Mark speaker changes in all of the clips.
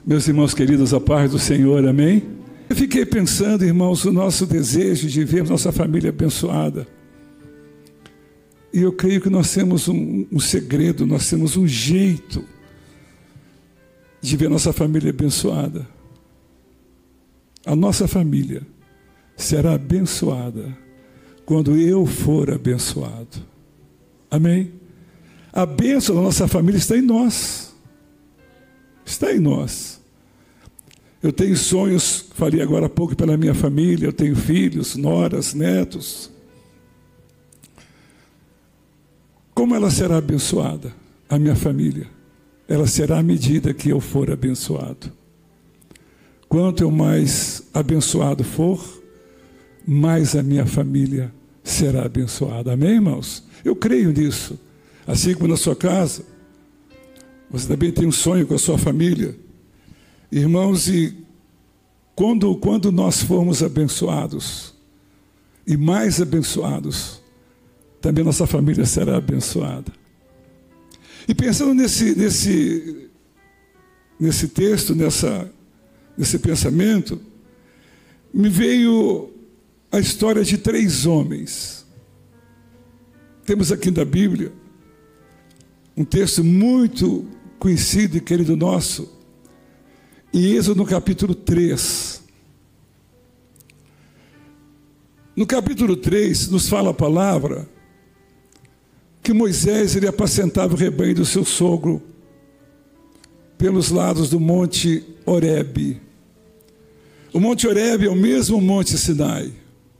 Speaker 1: Meus irmãos queridos, a paz do Senhor, amém? Eu fiquei pensando, irmãos, o nosso desejo de ver nossa família abençoada. E eu creio que nós temos um segredo, nós temos um jeito de ver nossa família abençoada. A nossa família será abençoada quando eu for abençoado. Amém? A bênção da nossa família está em nós. Está em nós. Eu tenho sonhos, falei agora há pouco pela minha família, eu tenho filhos, noras, netos. Como ela será abençoada, a minha família? Ela será à medida que eu for abençoado. Quanto eu mais abençoado for, mais a minha família será abençoada. Amém, irmãos? Eu creio nisso. Assim como na sua casa, você também tem um sonho com a sua família. Irmãos, e quando nós formos abençoados, e mais abençoados, também nossa família será abençoada. E pensando nesse texto, nesse pensamento, me veio a história de 3 homens. Temos aqui na Bíblia um texto muito conhecido e querido nosso, em Êxodo no capítulo 3. No capítulo 3 nos fala a palavra que Moisés ele apacentava o rebanho do seu sogro pelos lados do Monte Horebe. O Monte Horebe é o mesmo Monte Sinai.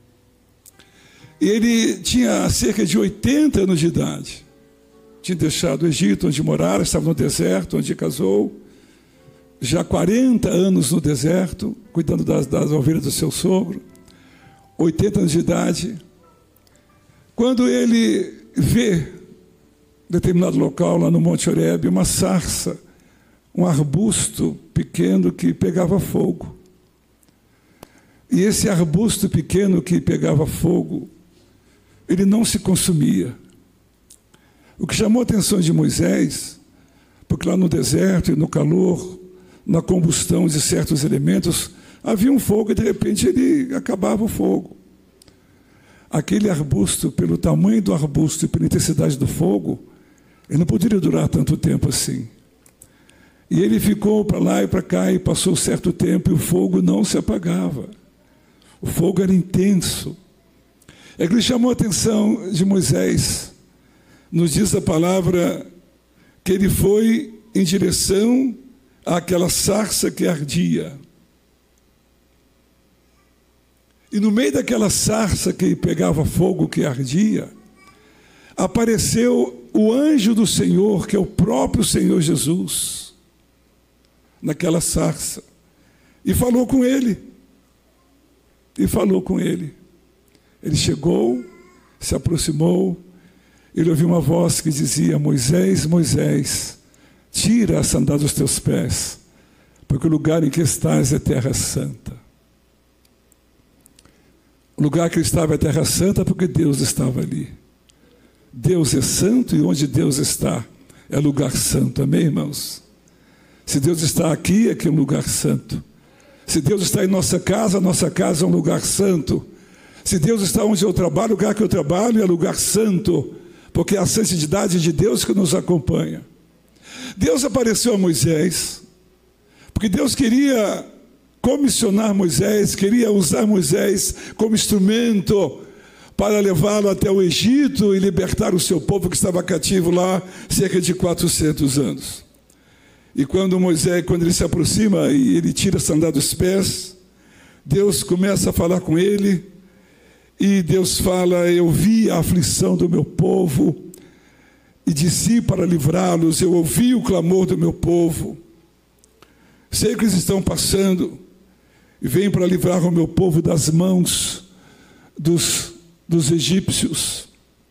Speaker 1: E ele tinha cerca de 80 anos de idade. Tinha deixado o Egito, onde morara, estava no deserto, onde casou. Já 40 anos no deserto, cuidando das ovelhas do seu sogro. 80 anos de idade. Quando ele vê, em determinado local, lá no Monte Horebe, uma sarça, um arbusto pequeno que pegava fogo. E esse arbusto pequeno que pegava fogo, ele não se consumia. O que chamou a atenção de Moisés, porque lá no deserto e no calor, na combustão de certos elementos, havia um fogo e de repente ele acabava o fogo. Aquele arbusto, pelo tamanho do arbusto e pela intensidade do fogo, ele não poderia durar tanto tempo assim. E ele ficou para lá e para cá e passou certo tempo e o fogo não se apagava. O fogo era intenso. É que ele chamou a atenção de Moisés. Nos diz a palavra que ele foi em direção àquela sarça que ardia. E no meio daquela sarça que pegava fogo, que ardia, apareceu o anjo do Senhor, que é o próprio Senhor Jesus, naquela sarça, e falou com ele. Ele chegou, se aproximou, ele ouviu uma voz que dizia: Moisés, Moisés, tira a sandália dos teus pés, porque o lugar em que estás é terra santa. O lugar que ele estava é terra santa porque Deus estava ali. Deus é santo e onde Deus está é lugar santo. Amém, irmãos? Se Deus está aqui, aqui é um lugar santo. Se Deus está em nossa casa é um lugar santo. Se Deus está onde eu trabalho, o lugar que eu trabalho é lugar santo, porque é a santidade de Deus que nos acompanha. Deus apareceu a Moisés, porque Deus queria comissionar Moisés, queria usar Moisés como instrumento para levá-lo até o Egito e libertar o seu povo que estava cativo lá cerca de 400 anos. E quando ele se aproxima e ele tira a sandália dos pés, Deus começa a falar com ele, e Deus fala: eu vi a aflição do meu povo e desci para livrá-los, eu ouvi o clamor do meu povo, sei que eles estão passando, e venho para livrar o meu povo das mãos dos egípcios.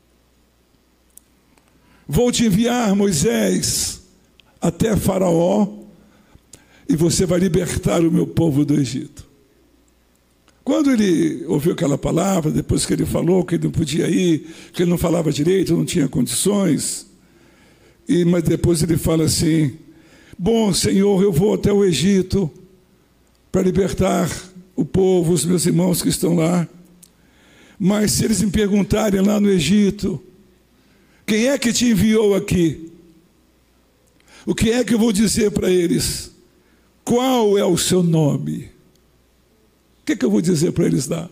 Speaker 1: Vou te enviar, Moisés, até Faraó, e você vai libertar o meu povo do Egito. Quando ele ouviu aquela palavra, depois que ele falou que ele não podia ir, que ele não falava direito, não tinha condições, mas depois ele fala assim: Bom, Senhor, eu vou até o Egito para libertar o povo, os meus irmãos que estão lá. Mas se eles me perguntarem lá no Egito, quem é que te enviou aqui? O que é que eu vou dizer para eles? Qual é o seu nome? O que é que eu vou dizer para eles lá?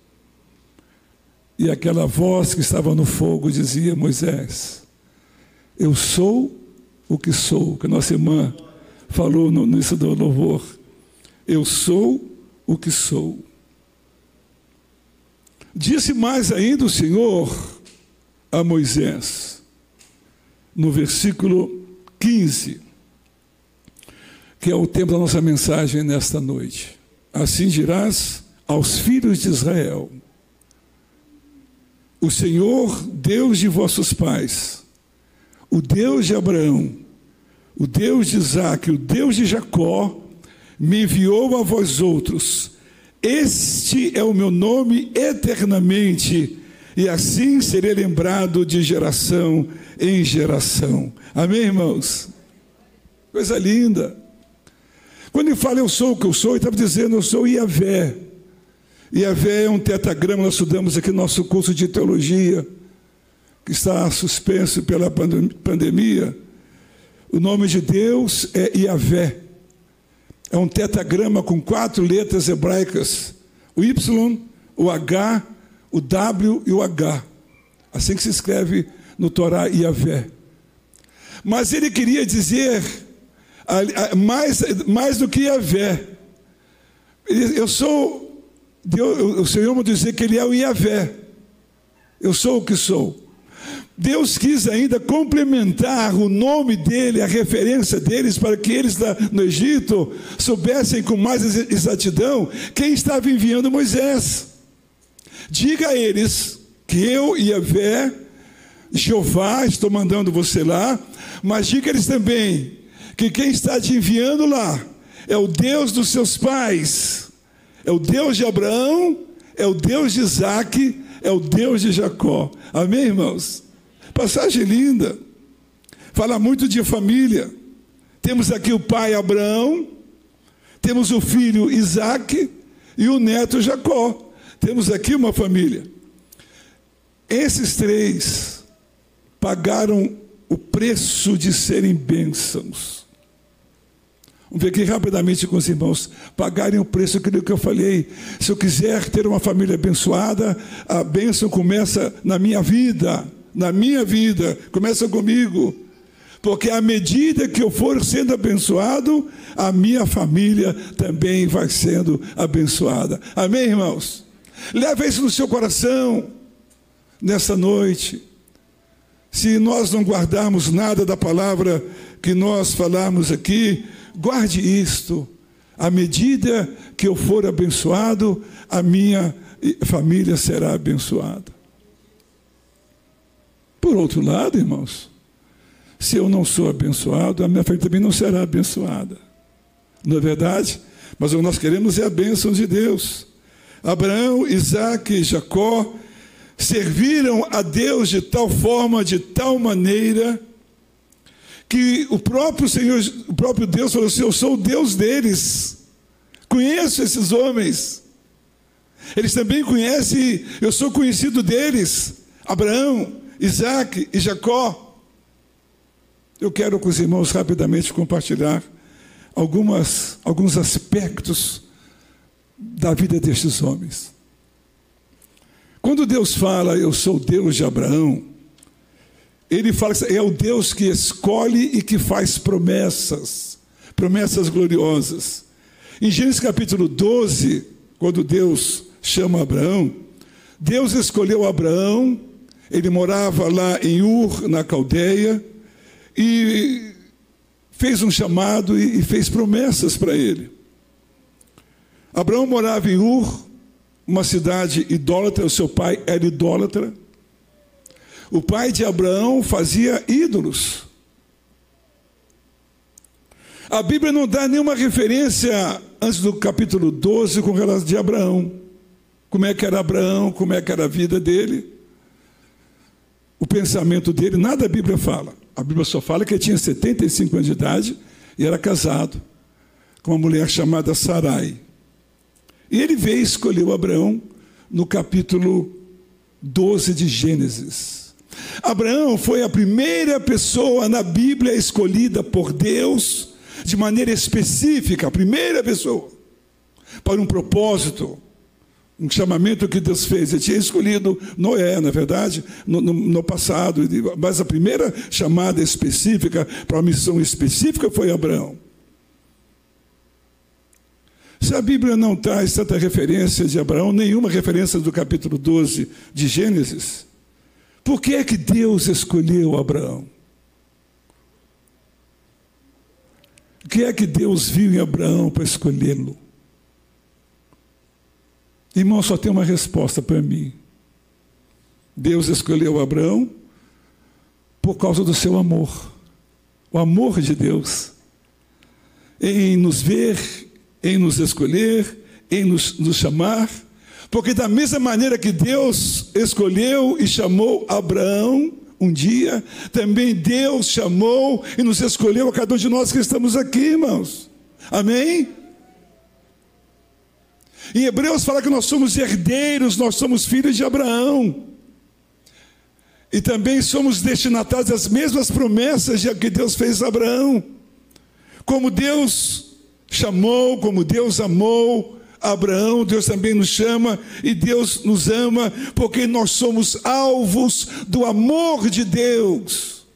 Speaker 1: E aquela voz que estava no fogo dizia: Moisés, eu sou o que sou, que a nossa irmã falou no início do louvor. Eu sou o que sou. Disse mais ainda o Senhor a Moisés, no versículo 15, que é o tempo da nossa mensagem nesta noite. Assim dirás aos filhos de Israel: o Senhor, Deus de vossos pais, o Deus de Abraão, o Deus de Isaque, o Deus de Jacó, me enviou a vós outros. Este é o meu nome eternamente, e assim serei lembrado de geração em geração. Amém, irmãos? Coisa linda. Quando ele fala eu sou o que eu sou, ele estava dizendo eu sou Iavé. Iavé é um tetragrama, nós estudamos aqui no nosso curso de teologia, que está suspenso pela pandemia. O nome de Deus é Iavé. É um tetragrama com 4 letras hebraicas: o Y, o H, o W e o H. Assim que se escreve no Torá, Iavé. Mas ele queria dizer mais do que Iavé. Eu sou Deus, o Senhor me dizer que ele é o Iavé. Eu sou o que sou. Deus quis ainda complementar o nome dele, a referência deles, para que eles no Egito soubessem com mais exatidão quem estava enviando Moisés. Diga a eles que eu, Iavé, Jeová, estou mandando você lá, mas diga a eles também que quem está te enviando lá é o Deus dos seus pais, é o Deus de Abraão, é o Deus de Isaque, é o Deus de Jacó. Amém, irmãos? Passagem linda. Fala muito de família. Temos aqui o pai Abraão, temos o filho Isaque e o neto Jacó. Temos aqui uma família. Esses 3 pagaram o preço de serem bênçãos. Vamos ver aqui rapidamente com os irmãos. Pagarem o preço, aquilo que eu falei. Se eu quiser ter uma família abençoada, a bênção começa na minha vida. Na minha vida, começa comigo. Porque à medida que eu for sendo abençoado, a minha família também vai sendo abençoada. Amém, irmãos? Leva isso no seu coração nessa noite. Se nós não guardarmos nada da palavra que nós falamos aqui, guarde isto. À medida que eu for abençoado, a minha família será abençoada. Por outro lado, irmãos, se eu não sou abençoado, a minha família também não será abençoada. Não é verdade? Mas o que nós queremos é a bênção de Deus. Abraão, Isaque e Jacó serviram a Deus de tal forma, de tal maneira, que o próprio Senhor, o próprio Deus falou assim: eu sou o Deus deles. Conheço esses homens. Eles também conhecem, eu sou conhecido deles. Abraão, Isaque e Jacó. Eu quero com os irmãos rapidamente compartilhar alguns aspectos da vida destes homens. Quando Deus fala, eu sou o Deus de Abraão, ele fala que é o Deus que escolhe e que faz promessas gloriosas. Em Gênesis capítulo 12, quando Deus chama Abraão, Deus escolheu Abraão. Ele morava lá em Ur, na Caldeia, e fez um chamado e fez promessas para ele. Abraão morava em Ur, uma cidade idólatra, o seu pai era idólatra. O pai de Abraão fazia ídolos. A Bíblia não dá nenhuma referência antes do capítulo 12 com relação de Abraão. Como é que era Abraão, como é que era a vida dele. O pensamento dele, nada a Bíblia fala. A Bíblia só fala que ele tinha 75 anos de idade e era casado com uma mulher chamada Sarai. E ele veio e escolheu Abraão no capítulo 12 de Gênesis. Abraão foi a primeira pessoa na Bíblia escolhida por Deus de maneira específica, a primeira pessoa, para um propósito, um chamamento que Deus fez. Ele tinha escolhido Noé, na verdade, no passado, mas a primeira chamada específica, para uma missão específica, foi Abraão. Se a Bíblia não traz tanta referência de Abraão, nenhuma referência do capítulo 12 de Gênesis, por que é que Deus escolheu Abraão? O que é que Deus viu em Abraão para escolhê-lo? Irmão, só tem uma resposta para mim. Deus escolheu Abraão por causa do seu amor. O amor de Deus em nos ver, em nos escolher, em nos chamar. Porque da mesma maneira que Deus escolheu e chamou Abraão um dia, também Deus chamou e nos escolheu a cada um de nós que estamos aqui, irmãos. Amém? Em Hebreus fala que nós somos herdeiros, nós somos filhos de Abraão. E também somos destinatários às mesmas promessas que Deus fez a Abraão. Como Deus chamou, como Deus amou Abraão, Deus também nos chama e Deus nos ama, porque nós somos alvos do amor de Deus.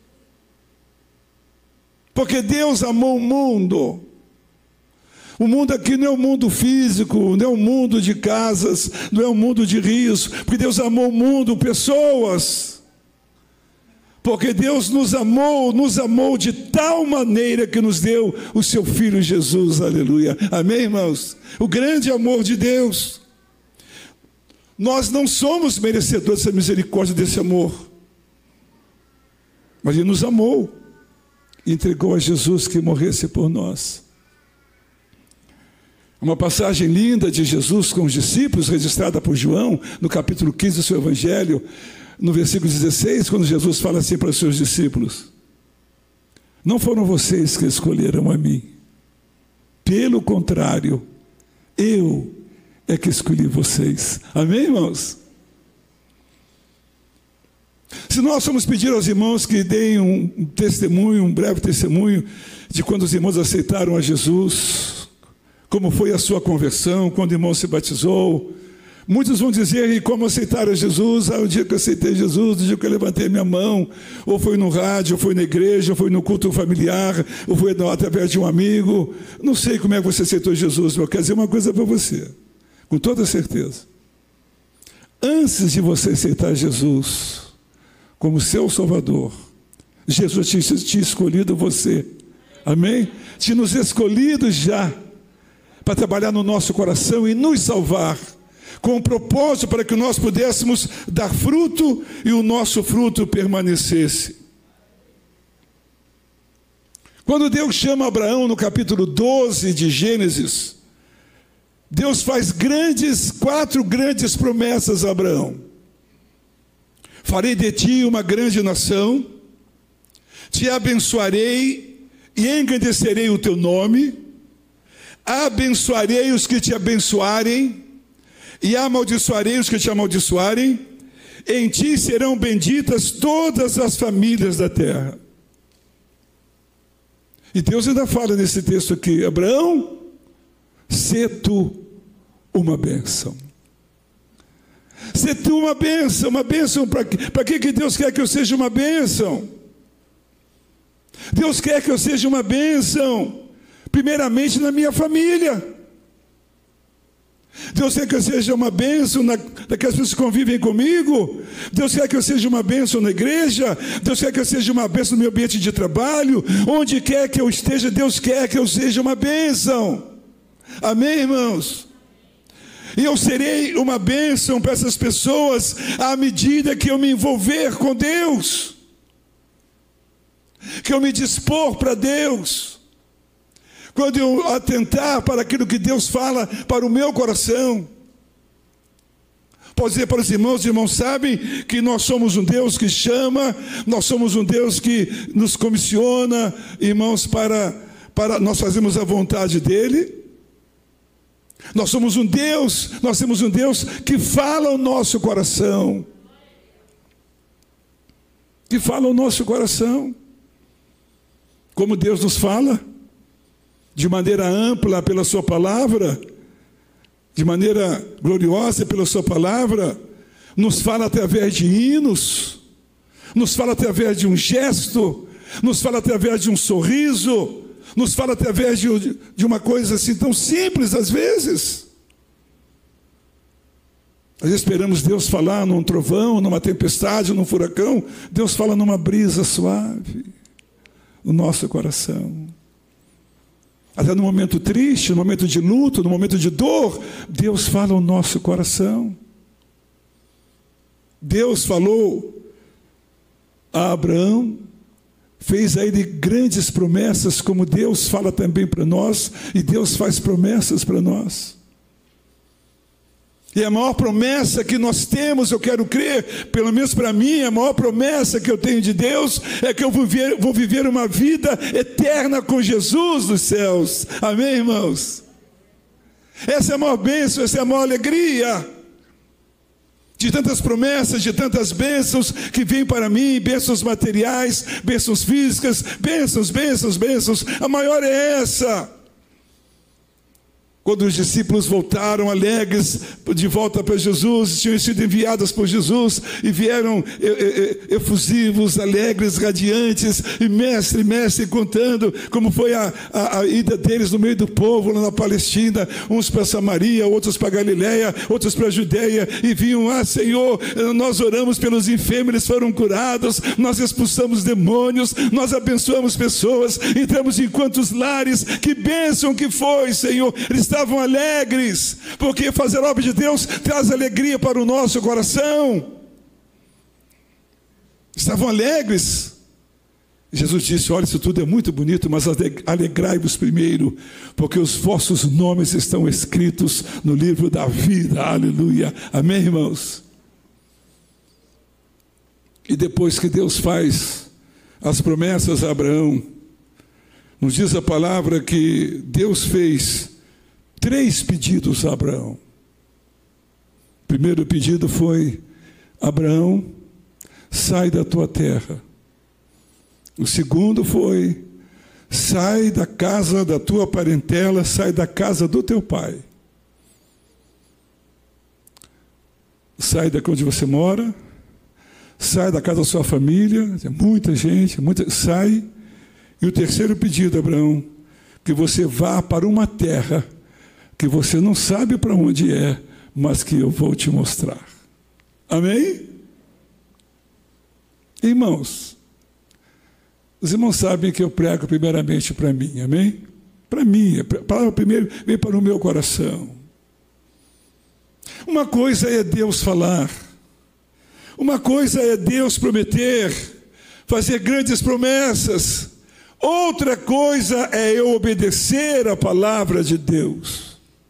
Speaker 1: Porque Deus amou o mundo. O mundo aqui não é um mundo físico, não é um mundo de casas, não é um mundo de rios, porque Deus amou o mundo, pessoas. Porque Deus nos amou de tal maneira que nos deu o seu Filho Jesus, aleluia. Amém, irmãos? O grande amor de Deus. Nós não somos merecedores dessa misericórdia, desse amor. Mas Ele nos amou e entregou a Jesus que morresse por nós. Uma passagem linda de Jesus com os discípulos, registrada por João, no capítulo 15 do seu Evangelho, no versículo 16, quando Jesus fala assim para os seus discípulos: não foram vocês que escolheram a mim, pelo contrário, eu é que escolhi vocês. Amém, irmãos? Se nós formos pedir aos irmãos que deem um testemunho, um breve testemunho, de quando os irmãos aceitaram a Jesus, como foi a sua conversão, quando o irmão se batizou, muitos vão dizer: e como aceitaram Jesus? O dia que eu aceitei Jesus, o dia que eu levantei minha mão, ou foi no rádio, ou foi na igreja, ou foi no culto familiar, ou foi através de um amigo. Não sei como é que você aceitou Jesus, mas eu quero dizer uma coisa para você, com toda certeza. Antes de você aceitar Jesus como seu Salvador, Jesus tinha escolhido você. Amém? Tinha nos escolhido já para trabalhar no nosso coração e nos salvar, com um propósito para que nós pudéssemos dar fruto e o nosso fruto permanecesse. Quando Deus chama Abraão no capítulo 12 de Gênesis, Deus faz 4 grandes promessas a Abraão. Farei de ti uma grande nação, te abençoarei e engrandecerei o teu nome, abençoarei os que te abençoarem, e amaldiçoarei os que te amaldiçoarem, em ti serão benditas todas as famílias da terra. E Deus ainda fala nesse texto aqui: Abraão, sê tu uma bênção. Sê tu uma bênção para que Deus quer que eu seja uma bênção? Deus quer que eu seja uma bênção, primeiramente na minha família. Deus quer que eu seja uma bênção daquelas pessoas que convivem comigo. Deus quer que eu seja uma bênção na igreja. Deus quer que eu seja uma bênção no meu ambiente de trabalho. Onde quer que eu esteja, Deus quer que eu seja uma bênção. Amém, irmãos? E eu serei uma bênção para essas pessoas à medida que eu me envolver com Deus, que eu me dispor para Deus, quando eu atentar para aquilo que Deus fala para o meu coração. Posso dizer para os irmãos sabem que nós somos um Deus que chama, nós somos um Deus que nos comissiona, irmãos, para para nós fazermos a vontade dele. Nós temos um Deus que fala ao nosso coração. Que fala ao nosso coração. Como Deus nos fala? De maneira ampla pela sua palavra, de maneira gloriosa pela sua palavra, nos fala através de hinos, nos fala através de um gesto, nos fala através de um sorriso, nos fala através de uma coisa assim tão simples às vezes. Às vezes esperamos Deus falar num trovão, numa tempestade, num furacão. Deus fala numa brisa suave no nosso coração. Até no momento triste, no momento de luto, no momento de dor, Deus fala ao nosso coração. Deus falou a Abraão, fez a ele grandes promessas, como Deus fala também para nós, e Deus faz promessas para nós. E a maior promessa que nós temos, eu quero crer, pelo menos para mim, a maior promessa que eu tenho de Deus é que eu vou viver uma vida eterna com Jesus nos céus. Amém, irmãos? Essa é a maior bênção, essa é a maior alegria. De tantas promessas, de tantas bênçãos que vêm para mim, bênçãos materiais, bênçãos físicas, bênçãos. A maior é essa. Quando os discípulos voltaram alegres de volta para Jesus, tinham sido enviados por Jesus e vieram efusivos, alegres, radiantes, e mestre, contando como foi a ida deles no meio do povo lá na Palestina, uns para Samaria, outros para Galileia, outros para a Judeia, e vinham: Senhor, nós oramos pelos enfermos, eles foram curados, nós expulsamos demônios, nós abençoamos pessoas, entramos em quantos lares, que bênção que foi, Senhor. Eles estavam alegres, porque fazer a obra de Deus traz alegria para o nosso coração. Estavam alegres. Jesus disse: olha, isso tudo é muito bonito, mas alegrai-vos primeiro, porque os vossos nomes estão escritos no livro da vida. Aleluia. Amém, irmãos? E depois que Deus faz as promessas a Abraão, nos diz a palavra que Deus fez 3 pedidos a Abraão. O primeiro pedido foi: Abraão, sai da tua terra. O segundo foi: sai da casa da tua parentela, sai da casa do teu pai. Sai daqui onde você mora, sai da casa da sua família, tem muita gente, sai. E o terceiro pedido, Abraão, que você vá para uma terra que você não sabe para onde é, mas que eu vou te mostrar. Amém? Irmãos, os irmãos sabem que eu prego primeiramente para mim, amém? Para mim, a palavra primeiro vem para o meu coração. Uma coisa é Deus falar, uma coisa é Deus prometer, fazer grandes promessas, outra coisa é eu obedecer a palavra de Deus.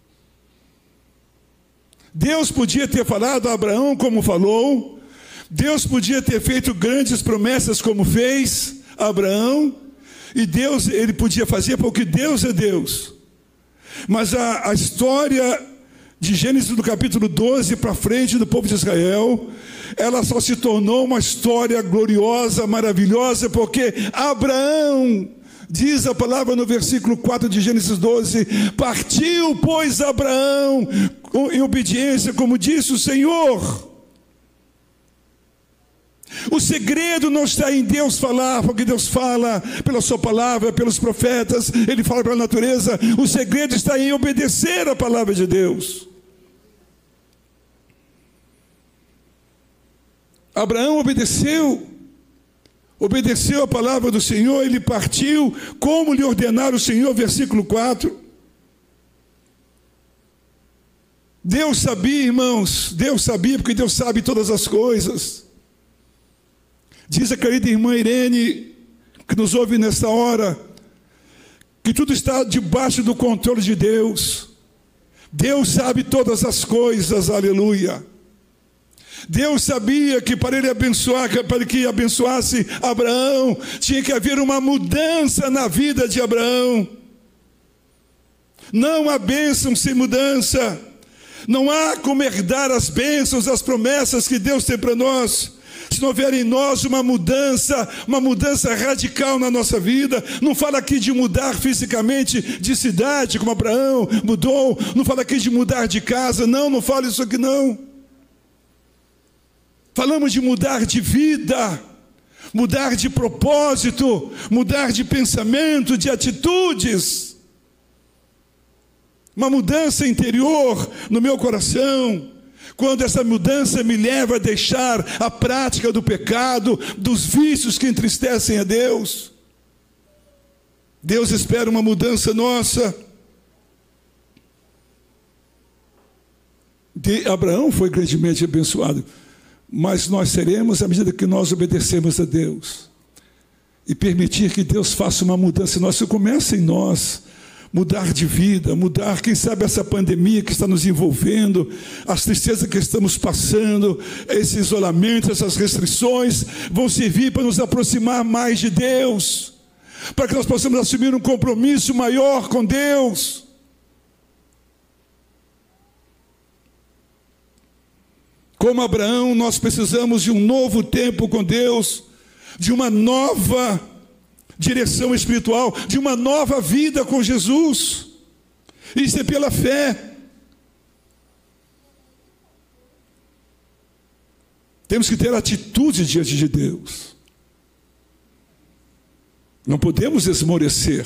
Speaker 1: Deus podia ter falado a Abraão como falou, Deus podia ter feito grandes promessas como fez a Abraão, e Deus, ele podia fazer porque Deus é Deus. Mas a história de Gênesis do capítulo 12 para frente do povo de Israel, ela só se tornou uma história gloriosa, maravilhosa, porque Abraão, diz a palavra no versículo 4 de Gênesis 12, partiu, pois, Abraão em obediência, como disse o Senhor. O segredo não está em Deus falar, porque Deus fala pela sua palavra, pelos profetas, Ele fala pela natureza. O segredo está em obedecer a palavra de Deus. Abraão obedeceu a palavra do Senhor, ele partiu, como lhe ordenara o Senhor, versículo 4. Deus sabia, irmãos, Deus sabia, porque Deus sabe todas as coisas. Diz a querida irmã Irene, que nos ouve nesta hora, que tudo está debaixo do controle de Deus. Deus sabe todas as coisas, aleluia. Deus sabia que para ele abençoar, para que abençoasse Abraão, tinha que haver uma mudança na vida de Abraão. Não há bênção sem mudança. Não há como herdar as bênçãos, as promessas que Deus tem para nós, se não houver em nós uma mudança radical na nossa vida. Não fala aqui de mudar fisicamente de cidade, como Abraão mudou. Não fala aqui de mudar de casa. Não fala isso aqui não. Falamos de mudar de vida, mudar de propósito, mudar de pensamento, de atitudes. Uma mudança interior no meu coração, quando essa mudança me leva a deixar a prática do pecado, dos vícios que entristecem a Deus. Deus espera uma mudança nossa. Abraão foi grandemente abençoado, mas nós seremos à medida que nós obedecemos a Deus e permitir que Deus faça uma mudança em nós. Isso começa em nós. Mudar de vida, mudar, quem sabe essa pandemia que está nos envolvendo, as tristezas que estamos passando, esse isolamento, essas restrições, vão servir para nos aproximar mais de Deus, para que nós possamos assumir um compromisso maior com Deus. Como Abraão, nós precisamos de um novo tempo com Deus, de uma nova direção espiritual, de uma nova vida com Jesus. Isso é pela fé. Temos que ter atitude diante de Deus. Não podemos esmorecer.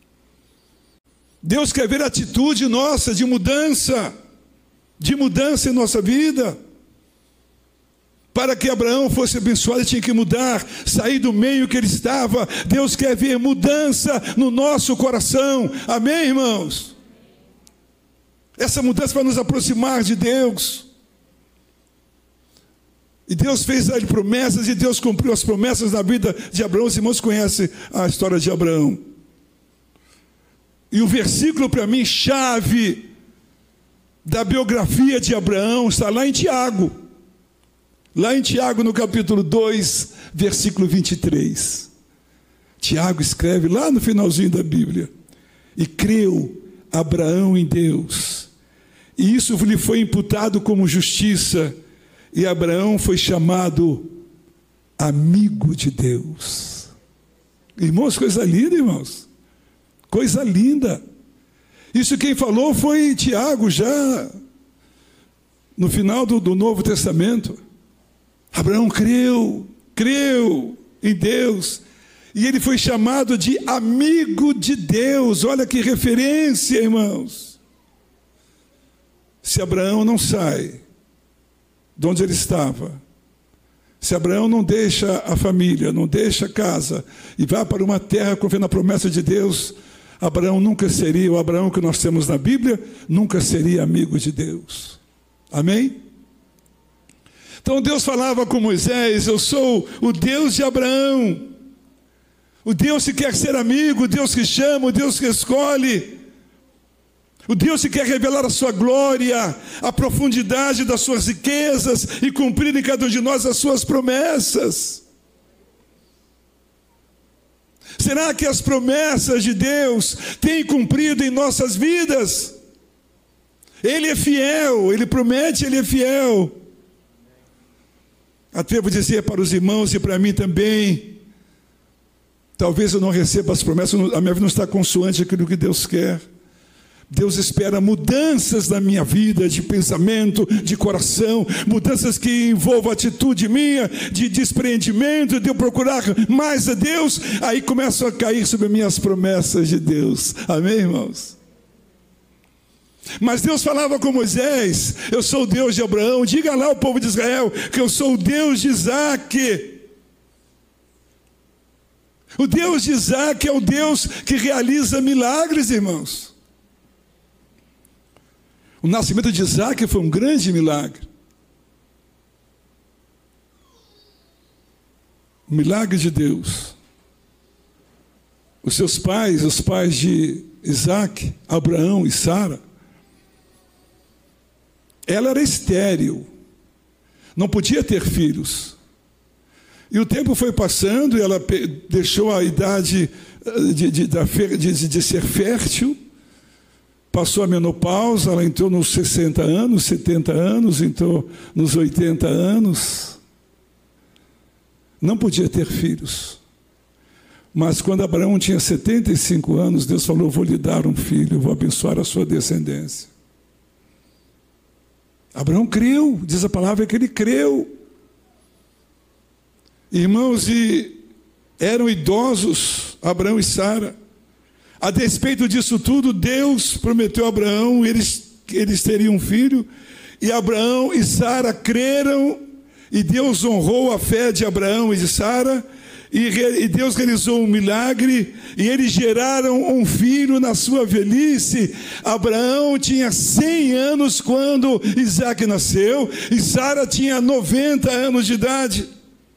Speaker 1: Deus quer ver a atitude nossa de mudança em nossa vida. Para que Abraão fosse abençoado, ele tinha que mudar, sair do meio que ele estava. Deus quer ver mudança no nosso coração. Amém, irmãos? Essa mudança vai nos aproximar de Deus. E Deus fez a ele promessas, e Deus cumpriu as promessas na vida de Abraão. Os irmãos conhecem a história de Abraão. E o versículo para mim, chave da biografia de Abraão, está lá em Tiago. Lá em Tiago, no capítulo 2, versículo 23. Tiago escreve lá no finalzinho da Bíblia: e creu Abraão em Deus, e isso lhe foi imputado como justiça, e Abraão foi chamado amigo de Deus. Irmãos, coisa linda, irmãos. Coisa linda. Isso quem falou foi Tiago, já no final do Novo Testamento. Abraão creu em Deus, e ele foi chamado de amigo de Deus. Olha que referência, irmãos. Se Abraão não sai de onde ele estava, se Abraão não deixa a família, não deixa a casa, e vai para uma terra confiando na promessa de Deus, Abraão nunca seria, o Abraão que nós temos na Bíblia, nunca seria amigo de Deus. Amém? Então Deus falava com Moisés: eu sou o Deus de Abraão, o Deus que quer ser amigo, o Deus que chama, o Deus que escolhe, o Deus que quer revelar a sua glória, a profundidade das suas riquezas e cumprir em cada um de nós as suas promessas. Será que as promessas de Deus têm cumprido em nossas vidas? Ele é fiel, Ele promete, Ele é fiel. Atrevo a dizer para os irmãos e para mim também, talvez eu não receba as promessas, a minha vida não está consoante aquilo que Deus quer. Deus espera mudanças na minha vida, de pensamento, de coração, mudanças que envolvam atitude minha, de despreendimento, de eu procurar mais a Deus. Aí começam a cair sobre mim as promessas de Deus. Amém, irmãos? Mas Deus falava com Moisés: eu sou o Deus de Abraão. Diga lá ao povo de Israel que eu sou o Deus de Isaac. O Deus de Isaac é o Deus que realiza milagres, irmãos. O nascimento de Isaac foi um grande milagre. Um milagre de Deus. Os seus pais, os pais de Isaac, Abraão e Sara, ela era estéril, não podia ter filhos. E o tempo foi passando, e ela deixou a idade de ser fértil, passou a menopausa, ela entrou nos 60 anos, 70 anos, entrou nos 80 anos. Não podia ter filhos. Mas quando Abraão tinha 75 anos, Deus falou: vou lhe dar um filho, vou abençoar a sua descendência. Abraão creu, diz a palavra que ele creu. Irmãos, e eram idosos, Abraão e Sara. A despeito disso tudo, Deus prometeu a Abraão, eles teriam um filho, e Abraão e Sara creram, e Deus honrou a fé de Abraão e de Sara, e Deus realizou um milagre, e eles geraram um filho na sua velhice. Abraão tinha 100 anos quando Isaac nasceu, e Sara tinha 90 anos de idade.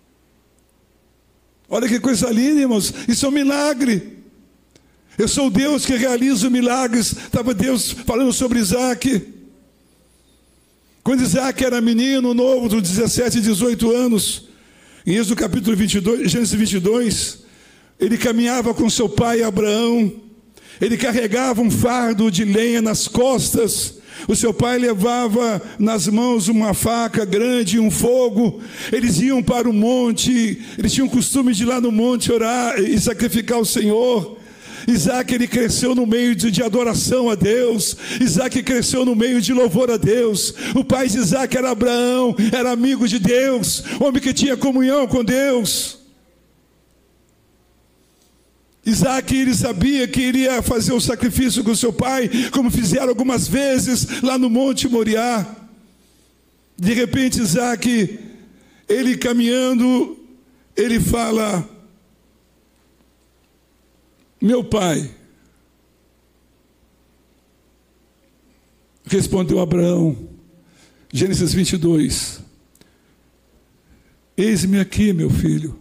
Speaker 1: Olha que coisa linda, irmãos, isso é um milagre. Eu sou o Deus que realiza milagres. Estava Deus falando sobre Isaac. Quando Isaac era menino, novo, de 17, 18 anos, em Êxodo capítulo 22, Gênesis 22, ele caminhava com seu pai Abraão, ele carregava um fardo de lenha nas costas, o seu pai levava nas mãos uma faca grande e um fogo, eles iam para o monte, eles tinham o costume de ir lá no monte orar e sacrificar ao Senhor. Isaac, ele cresceu no meio de adoração a Deus. Isaac cresceu no meio de louvor a Deus. O pai de Isaac era Abraão, era amigo de Deus, homem que tinha comunhão com Deus. Isaac, ele sabia que iria fazer o sacrifício com seu pai, como fizeram algumas vezes lá no Monte Moriá. De repente, Isaac, ele caminhando, ele fala: meu pai. Respondeu Abraão, Gênesis 22, eis-me aqui, meu filho.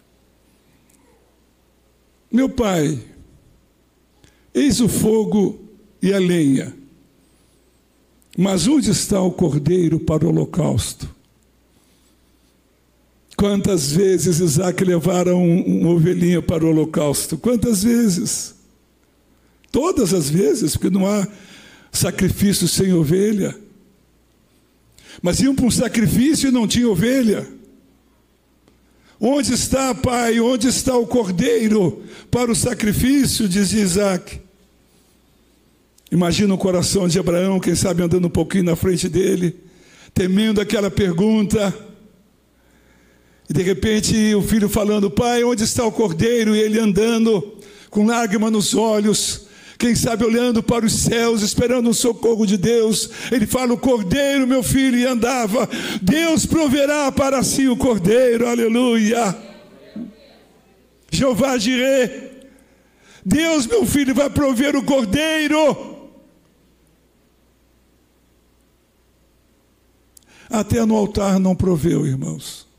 Speaker 1: Meu pai, eis o fogo e a lenha, mas onde está o cordeiro para o holocausto? Quantas vezes Isaac levaram uma ovelhinha para o holocausto? Quantas vezes? Todas as vezes, porque não há sacrifício sem ovelha. Mas iam para um sacrifício e não tinha ovelha. Onde está, pai? Onde está o cordeiro para o sacrifício? Dizia Isaac. Imagina o coração de Abraão, quem sabe andando um pouquinho na frente dele, temendo aquela pergunta. E de repente o filho falando: pai, onde está o cordeiro? E ele andando com lágrimas nos olhos, quem sabe olhando para os céus, esperando o socorro de Deus. Ele fala: o cordeiro, meu filho, e andava. Deus proverá para si o cordeiro, aleluia. Jeová Jirê, Deus, meu filho, vai prover o cordeiro. Até no altar não proveu, irmãos.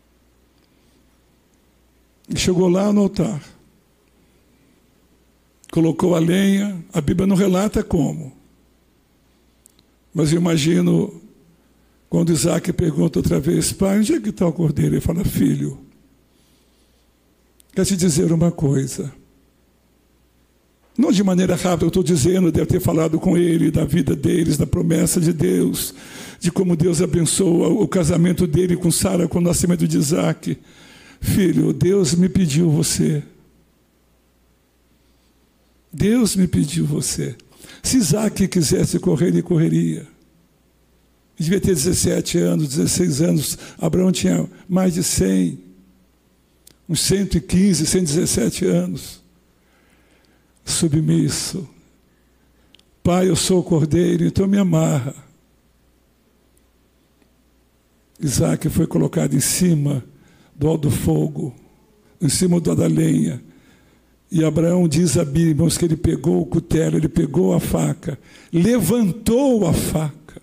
Speaker 1: E chegou lá no altar, colocou a lenha. A Bíblia não relata como, mas eu imagino quando Isaac pergunta outra vez: pai, onde é que está o cordeiro? Ele fala: filho, quero te dizer uma coisa. Não de maneira rápida, eu estou dizendo, deve ter falado com ele da vida deles, da promessa de Deus, de como Deus abençoa o casamento dele com Sara, com o nascimento de Isaac. Filho, Deus me pediu você. Deus me pediu você. Se Isaac quisesse correr, ele correria. Ele devia ter 17 anos, 16 anos. Abraão tinha mais de 100. Uns 115, 117 anos. Submisso. Pai, eu sou o cordeiro, então me amarra. Isaac foi colocado em cima do fogo, em cima da lenha. E Abraão, diz a Bíblia, irmãos, que ele pegou o cutelo, ele pegou a faca, levantou a faca.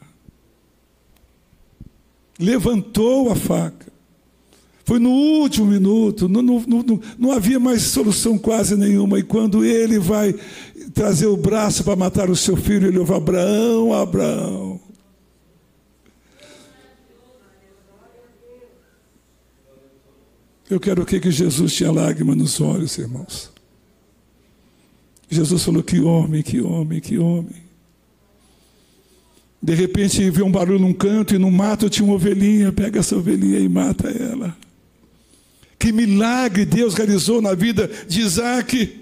Speaker 1: Levantou a faca. Foi no último minuto, não havia mais solução quase nenhuma. E quando ele vai trazer o braço para matar o seu filho, ele ouve: Abraão, Abraão. Eu quero que Jesus tinha lágrima nos olhos, irmãos. Jesus falou: que homem, que homem, que homem. De repente vê um barulho num canto e no mato tinha uma ovelhinha, pega essa ovelhinha e mata ela. Que milagre Deus realizou na vida de Isaac.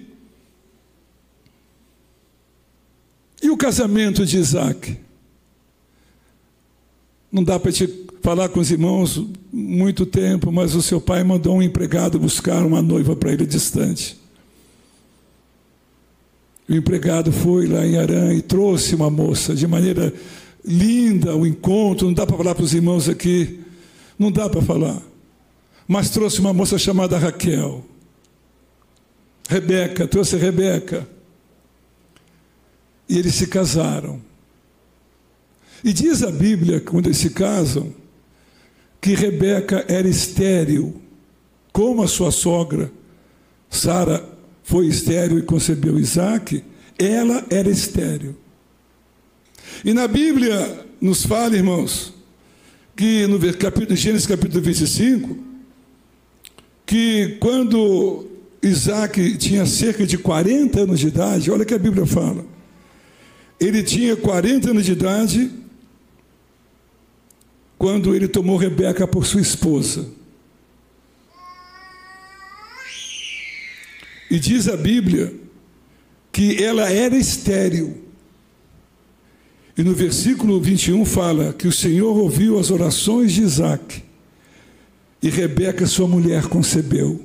Speaker 1: E o casamento de Isaac? Não dá para te falar com os irmãos muito tempo, mas o seu pai mandou um empregado buscar uma noiva para ele distante. O empregado foi lá em Harã e trouxe uma moça de maneira linda, o encontro, não dá para falar para os irmãos aqui, não dá para falar, mas trouxe uma moça chamada Raquel. Rebeca, trouxe Rebeca. E eles se casaram. E diz a Bíblia, quando eles se casam, que Rebeca era estéril, como a sua sogra, Sara, foi estéril e concebeu Isaac, ela era estéril. E na Bíblia nos fala, irmãos, que no Gênesis capítulo 25, que quando Isaac tinha cerca de 40 anos de idade, olha o que a Bíblia fala, ele tinha 40 anos de idade quando ele tomou Rebeca por sua esposa. E diz a Bíblia que ela era estéril. E no versículo 21 fala que o Senhor ouviu as orações de Isaac e Rebeca, sua mulher, concebeu.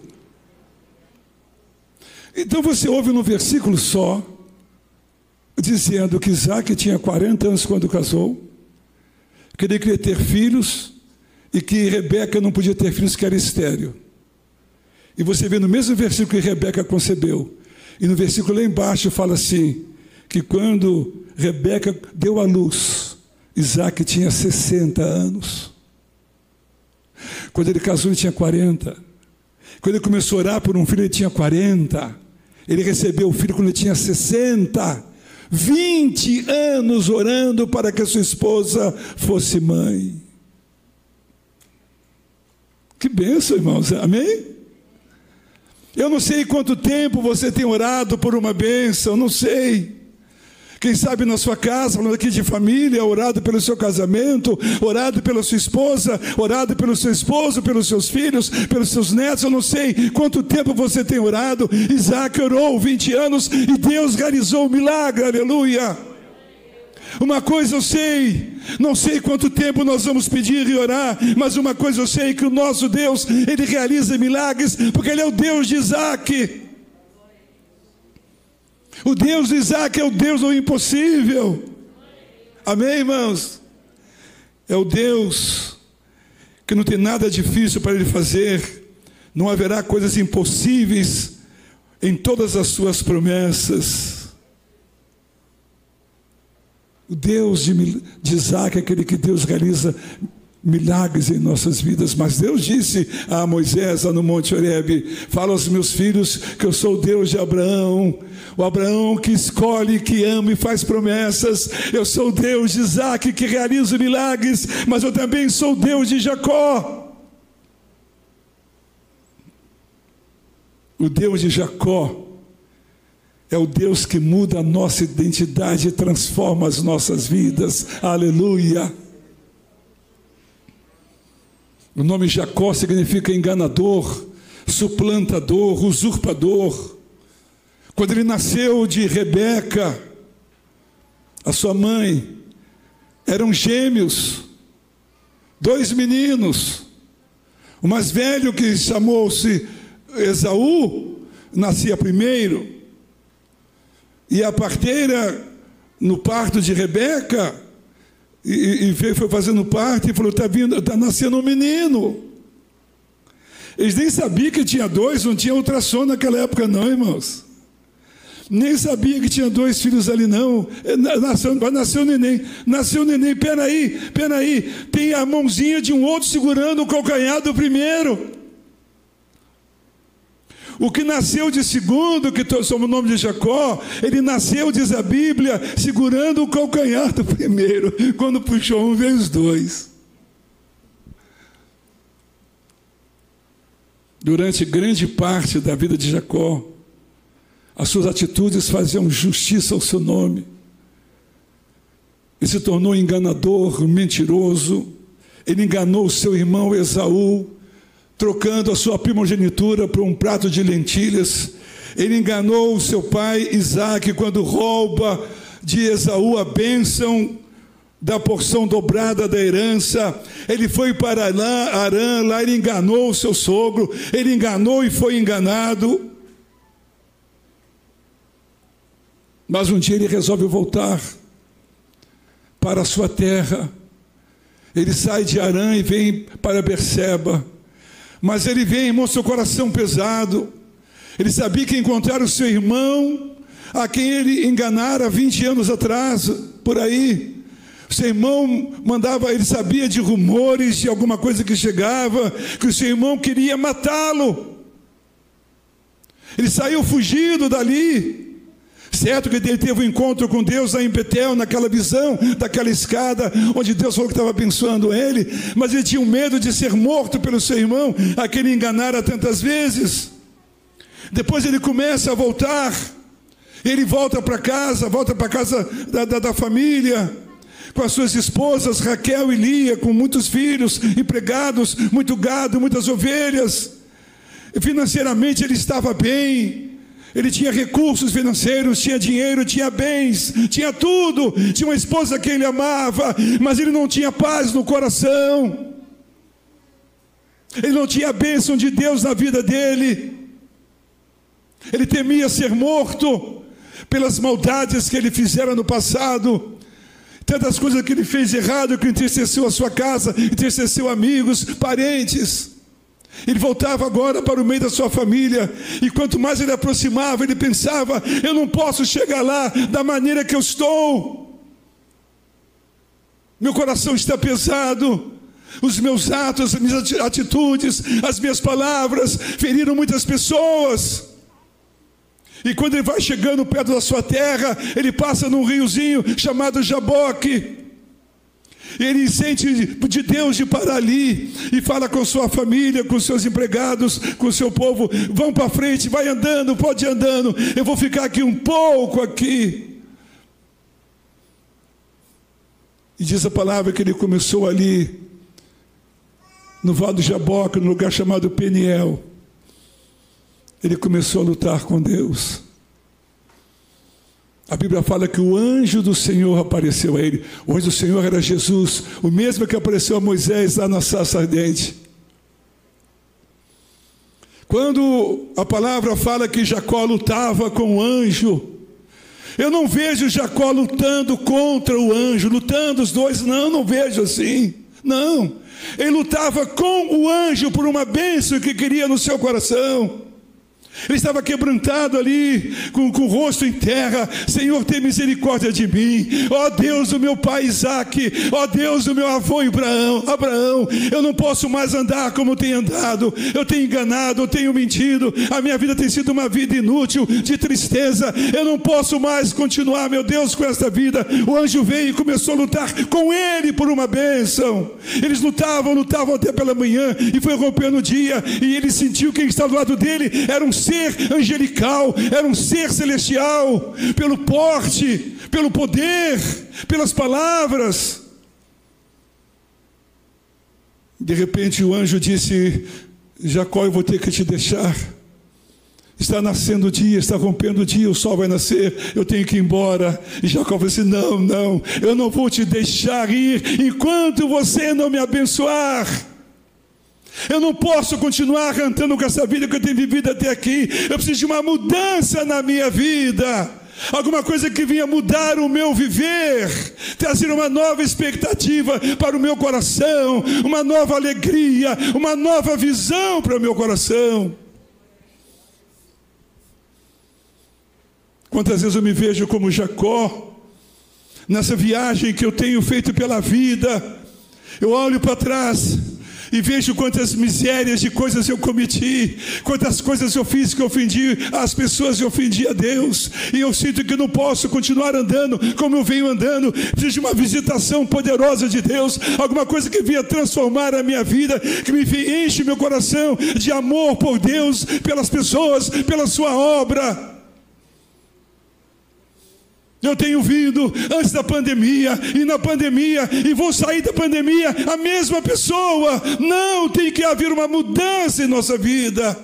Speaker 1: Então você ouve no versículo só, dizendo que Isaac tinha 40 anos quando casou, que ele queria ter filhos e que Rebeca não podia ter filhos, que era estéril. E você vê no mesmo versículo que Rebeca concebeu, e no versículo lá embaixo fala assim, que quando Rebeca deu à luz, Isaac tinha 60 anos. Quando ele casou, ele tinha 40. Quando ele começou a orar por um filho, ele tinha 40. Ele recebeu o filho quando ele tinha 60. 20 anos orando para que a sua esposa fosse mãe. Que bênção, irmãos, amém? Eu não sei quanto tempo você tem orado por uma bênção, não sei. Quem sabe na sua casa, falando aqui de família, orado pelo seu casamento, orado pela sua esposa, orado pelo seu esposo, pelos seus filhos, pelos seus netos, eu não sei quanto tempo você tem orado. Isaac orou 20 anos e Deus realizou o milagre, aleluia. Uma coisa eu sei, não sei quanto tempo nós vamos pedir e orar, mas uma coisa eu sei, que o nosso Deus, Ele realiza milagres, porque Ele é o Deus de Isaac. O Deus de Isaac é o Deus do impossível. Amém, irmãos? É o Deus que não tem nada difícil para Ele fazer. Não haverá coisas impossíveis em todas as suas promessas. O Deus de Isaac é aquele que Deus realiza milagres em nossas vidas. Mas Deus disse a Moisés lá no Monte Horebe: fala aos meus filhos que eu sou o Deus de Abraão, o Abraão que escolhe, que ama e faz promessas. Eu sou o Deus de Isaac, que realiza milagres, mas eu também sou o Deus de Jacó. O Deus de Jacó é o Deus que muda a nossa identidade e transforma as nossas vidas. Aleluia. O nome Jacó significa enganador, suplantador, usurpador. Quando ele nasceu de Rebeca, a sua mãe, eram gêmeos, 2 meninos. O mais velho, que chamou-se Esaú, nascia primeiro. E a parteira, no parto de Rebeca, foi fazendo parte e falou: está nascendo um menino. Eles nem sabiam que tinha 2, não tinha ultrassom naquela época não, irmãos. Nem sabia que tinha 2 filhos ali não. Nasceu o neném, peraí, tem a mãozinha de um outro segurando o calcanhar do primeiro. O que nasceu de segundo, que sob o nome de Jacó, ele nasceu, diz a Bíblia, segurando o calcanhar do primeiro. Quando puxou um, veio os 2. Durante grande parte da vida de Jacó, as suas atitudes faziam justiça ao seu nome. Ele se tornou enganador, mentiroso. Ele enganou seu irmão Esaú, trocando a sua primogenitura por um prato de lentilhas. Ele enganou o seu pai Isaque quando rouba de Esaú a bênção da porção dobrada da herança. Ele foi para Arã, lá ele enganou o seu sogro, ele enganou e foi enganado. Mas um dia ele resolve voltar para a sua terra. Ele sai de Arã e vem para Berseba. Mas ele vem, irmão, seu coração pesado. Ele sabia que encontrar o seu irmão, a quem ele enganara 20 anos atrás, por aí. O seu irmão mandava, ele sabia de rumores, de alguma coisa que chegava, que o seu irmão queria matá-lo. Ele saiu fugido dali. Certo que ele teve um encontro com Deus lá em Betel, naquela visão, daquela escada, onde Deus falou que estava abençoando ele, mas ele tinha um medo de ser morto pelo seu irmão, a quem ele enganara tantas vezes. Depois ele começa a voltar, ele volta para casa da família, com as suas esposas Raquel e Lia, com muitos filhos, empregados, muito gado, muitas ovelhas. Financeiramente ele estava bem, ele tinha recursos financeiros, tinha dinheiro, tinha bens, tinha tudo, tinha uma esposa que ele amava, mas ele não tinha paz no coração, ele não tinha a bênção de Deus na vida dele. Ele temia ser morto pelas maldades que ele fizera no passado, tantas coisas que ele fez errado, que entristeceu a sua casa, entristeceu amigos, parentes. Ele voltava agora para o meio da sua família, e quanto mais ele aproximava, ele pensava: eu não posso chegar lá da maneira que eu estou, meu coração está pesado, os meus atos, as minhas atitudes, as minhas palavras feriram muitas pessoas. E quando ele vai chegando perto da sua terra, ele passa num riozinho chamado Jaboque. Ele sente de Deus de parar ali e fala com sua família, com seus empregados, com o seu povo: vão para frente, vai andando, pode ir andando, eu vou ficar aqui um pouco aqui. E diz a palavra que ele começou ali no Vale do Jaboque, no lugar chamado Peniel. Ele começou a lutar com Deus. A Bíblia fala que o anjo do Senhor apareceu a ele. O anjo do Senhor era Jesus, o mesmo que apareceu a Moisés lá na sarça ardente. Quando a palavra fala que Jacó lutava com o anjo, eu não vejo Jacó lutando contra o anjo, lutando os dois, não vejo assim, não. Ele lutava com o anjo por uma bênção que queria no seu coração. Ele estava quebrantado ali, com o rosto em terra: Senhor, tem misericórdia de mim, ó Deus do meu pai Isaque, ó Deus do meu avô Abraão, eu não posso mais andar como tenho andado, eu tenho enganado, eu tenho mentido, a minha vida tem sido uma vida inútil, de tristeza, eu não posso mais continuar, meu Deus, com esta vida. O anjo veio e começou a lutar com ele por uma bênção. Eles lutavam até pela manhã, e foi rompendo o dia, e ele sentiu que quem estava do lado dele era um ser angelical, era um ser celestial, pelo porte, pelo poder, pelas palavras. De repente o anjo disse: Jacó, eu vou ter que te deixar, está nascendo o dia, está rompendo o dia, o sol vai nascer, eu tenho que ir embora. E Jacó falou assim: não, eu não vou te deixar ir enquanto você não me abençoar. Eu não posso continuar cantando com essa vida que eu tenho vivido até aqui. Eu preciso de uma mudança na minha vida, alguma coisa que venha mudar o meu viver, trazer uma nova expectativa para o meu coração, uma nova alegria, uma nova visão para o meu coração. Quantas vezes eu me vejo como Jacó, nessa viagem que eu tenho feito pela vida. Eu olho para trás e vejo quantas misérias de coisas eu cometi, quantas coisas eu fiz que ofendi as pessoas e ofendi a Deus, e eu sinto que não posso continuar andando como eu venho andando. Preciso de uma visitação poderosa de Deus, alguma coisa que venha transformar a minha vida, que me enche meu coração de amor por Deus, pelas pessoas, pela sua obra. Eu tenho vindo antes da pandemia e na pandemia e vou sair da pandemia a mesma pessoa. Não, tem que haver uma mudança em nossa vida.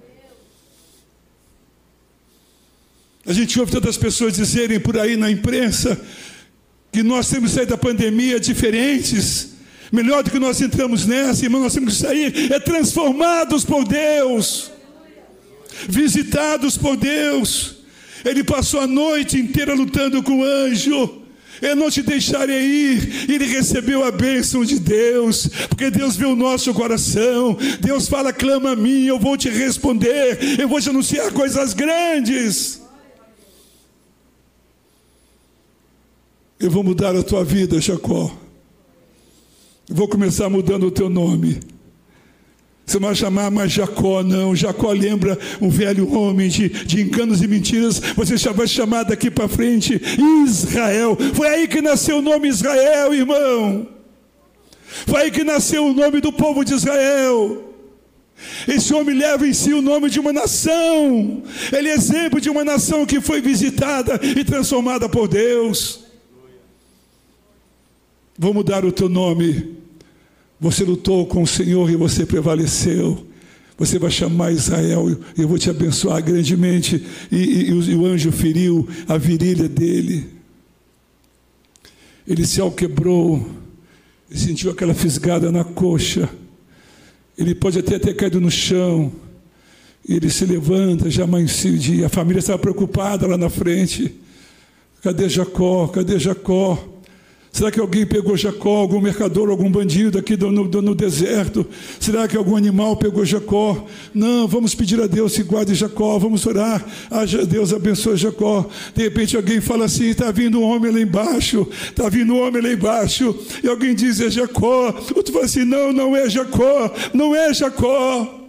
Speaker 1: A gente ouve tantas pessoas dizerem por aí na imprensa que nós temos que sair da pandemia diferentes, melhor do que nós entramos nessa, irmão. Nós temos que sair transformados por Deus, visitados por Deus. Ele passou a noite inteira lutando com o anjo. Eu não te deixarei ir. Ele recebeu a bênção de Deus, porque Deus vê o nosso coração. Deus fala: clama a mim, eu vou te responder, eu vou te anunciar coisas grandes. Eu vou mudar a tua vida, Jacó. Eu vou começar mudando o teu nome. Você não vai chamar mais Jacó, não. Jacó lembra um velho homem de enganos e mentiras. Você já vai chamar daqui para frente Israel. Foi aí que nasceu o nome Israel, irmão. Foi aí que nasceu o nome do povo de Israel. Esse homem leva em si o nome de uma nação. Ele é exemplo de uma nação que foi visitada e transformada por Deus. Vou mudar o teu nome. Você lutou com o Senhor e você prevaleceu. Você vai chamar Israel e eu vou te abençoar grandemente. E o anjo feriu a virilha dele. Ele se alquebrou e sentiu aquela fisgada na coxa. Ele pode até ter caído no chão. Ele se levanta, já amanheceu o dia. A família estava preocupada lá na frente. Cadê Jacó? Cadê Jacó? Será que alguém pegou Jacó, algum mercador, algum bandido aqui no deserto? Será que algum animal pegou Jacó? Não, vamos pedir a Deus que guarde Jacó, vamos orar. Deus abençoe Jacó. De repente alguém fala assim: está vindo um homem lá embaixo, está vindo um homem lá embaixo. E alguém diz: é Jacó. Outro fala assim: não, não é Jacó, não é Jacó.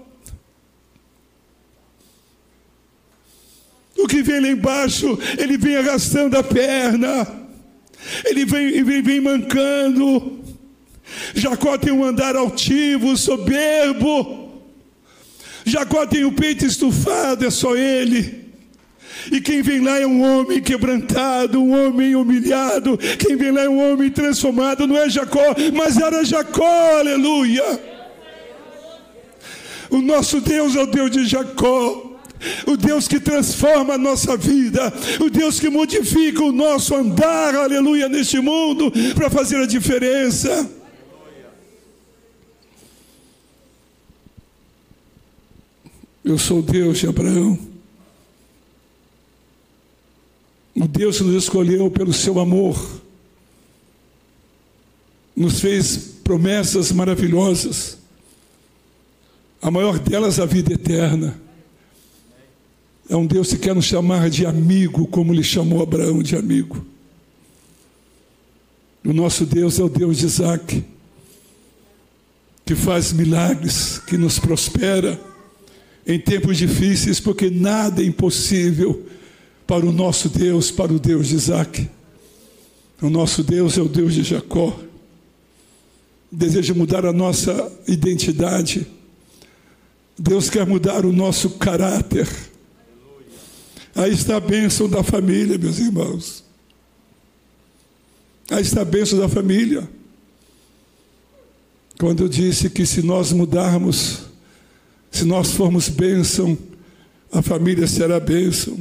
Speaker 1: O que vem lá embaixo, ele vem arrastando a perna. Ele vem mancando. Jacó tem um andar altivo, soberbo. Jacó tem o peito estufado, é só ele. E quem vem lá é um homem quebrantado, um homem humilhado. Quem vem lá é um homem transformado. Não é Jacó, mas era Jacó, aleluia. O nosso Deus é o Deus de Jacó. O Deus que transforma a nossa vida, o Deus que modifica o nosso andar, aleluia, neste mundo, para fazer a diferença. Eu sou o Deus de Abraão, o Deus que nos escolheu pelo seu amor, nos fez promessas maravilhosas, a maior delas a vida eterna. É um Deus que quer nos chamar de amigo, como Ele chamou Abraão de amigo. O nosso Deus é o Deus de Isaac, que faz milagres, que nos prospera em tempos difíceis, porque nada é impossível para o nosso Deus, para o Deus de Isaac. O nosso Deus é o Deus de Jacó. Deseja mudar a nossa identidade. Deus quer mudar o nosso caráter. Aí está a bênção da família, meus irmãos. Aí está a bênção da família. Quando eu disse que se nós mudarmos, se nós formos bênção, a família será bênção.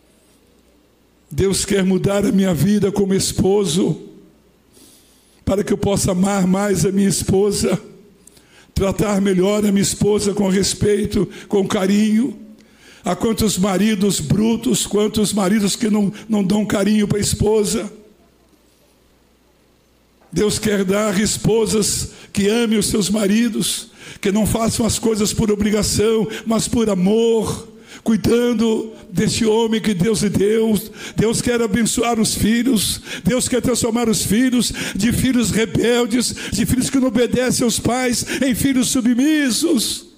Speaker 1: Deus quer mudar a minha vida como esposo, para que eu possa amar mais a minha esposa, tratar melhor a minha esposa com respeito, com carinho. Há quantos maridos brutos, quantos maridos que não dão carinho para a esposa. Deus quer dar esposas que amem os seus maridos, que não façam as coisas por obrigação, mas por amor, cuidando deste homem que Deus lhe deu. Deus quer abençoar os filhos. Deus quer transformar os filhos de filhos rebeldes, de filhos que não obedecem aos pais, em filhos submissos.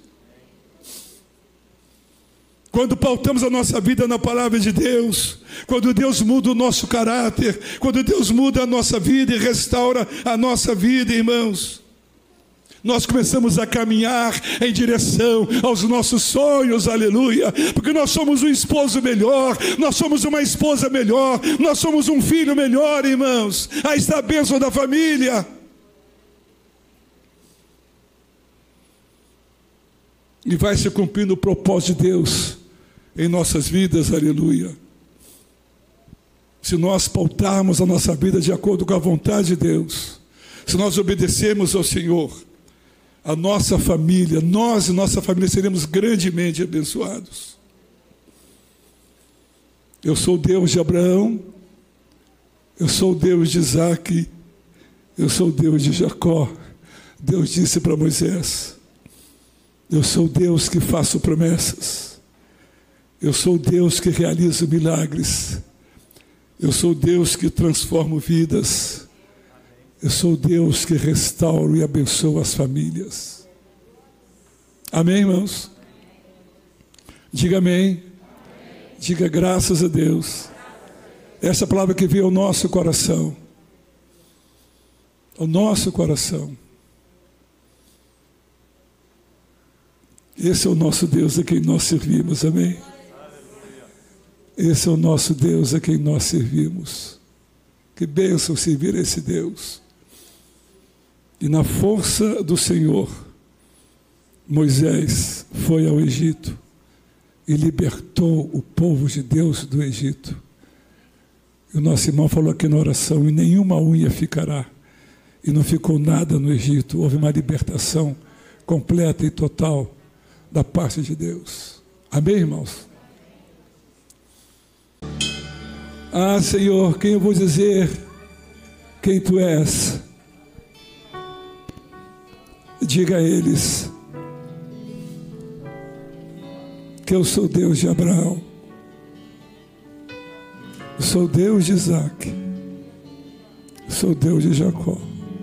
Speaker 1: Quando pautamos a nossa vida na palavra de Deus, quando Deus muda o nosso caráter, quando Deus muda a nossa vida e restaura a nossa vida, irmãos, nós começamos a caminhar em direção aos nossos sonhos, aleluia, porque nós somos um esposo melhor, nós somos uma esposa melhor, nós somos um filho melhor, irmãos. Aí está a bênção da família. E vai se cumprindo o propósito de Deus em nossas vidas, aleluia. Se nós pautarmos a nossa vida de acordo com a vontade de Deus, se nós obedecermos ao Senhor, a nossa família, nós e nossa família seremos grandemente abençoados. Eu sou o Deus de Abraão, eu sou o Deus de Isaac, eu sou o Deus de Jacó. Deus disse para Moisés: eu sou o Deus que faço promessas, eu sou o Deus que realiza milagres, eu sou o Deus que transforma vidas, eu sou o Deus que restauro e abençoa as famílias. Amém, irmãos? Diga amém. Diga graças a Deus. Essa palavra que veio ao nosso coração. Ao nosso coração. Esse é o nosso Deus a quem nós servimos, amém? Esse é o nosso Deus a quem nós servimos. Que bênção servir a esse Deus. E na força do Senhor, Moisés foi ao Egito e libertou o povo de Deus do Egito. E o nosso irmão falou aqui na oração: e nenhuma unha ficará. E não ficou nada no Egito. Houve uma libertação completa e total da parte de Deus. Amém, irmãos? Ah, Senhor, quem eu vou dizer quem Tu és? Diga a eles que eu sou Deus de Abraão, eu sou Deus de Isaac, eu sou Deus de Jacó.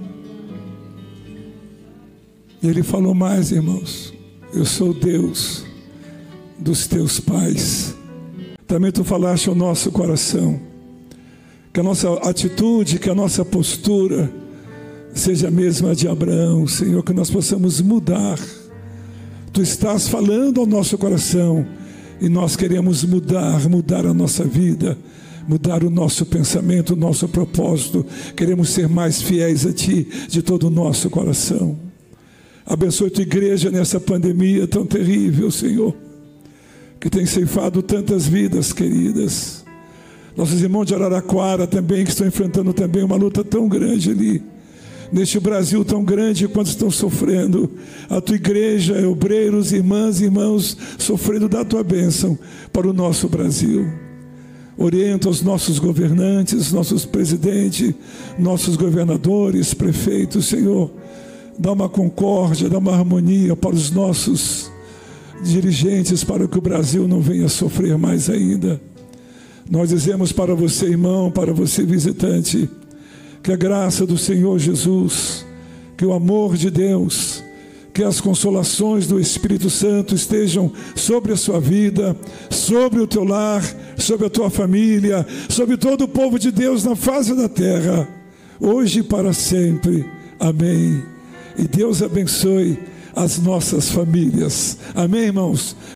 Speaker 1: E ele falou mais, irmãos: eu sou Deus dos teus pais. Também Tu falaste ao nosso coração que a nossa atitude, que a nossa postura seja a mesma de Abraão, Senhor, que nós possamos mudar. Tu estás falando ao nosso coração e nós queremos mudar a nossa vida, mudar o nosso pensamento, o nosso propósito. Queremos ser mais fiéis a Ti de todo o nosso coração. Abençoe Tua igreja nessa pandemia tão terrível, Senhor, que tem ceifado tantas vidas queridas. Nossos irmãos de Araraquara também, que estão enfrentando também uma luta tão grande ali, neste Brasil tão grande, quanto estão sofrendo. A Tua igreja, obreiros, irmãs e irmãos, sofrendo da Tua bênção para o nosso Brasil. Orienta os nossos governantes, nossos presidentes, nossos governadores, prefeitos, Senhor. Dá uma concórdia, dá uma harmonia para os nossos dirigentes, para que o Brasil não venha sofrer mais ainda. Nós dizemos para você, irmão, para você, visitante, que a graça do Senhor Jesus, que o amor de Deus, que as consolações do Espírito Santo estejam sobre a sua vida, sobre o teu lar, sobre a tua família, sobre todo o povo de Deus na face da terra, hoje e para sempre. Amém. E Deus abençoe as nossas famílias. Amém, irmãos?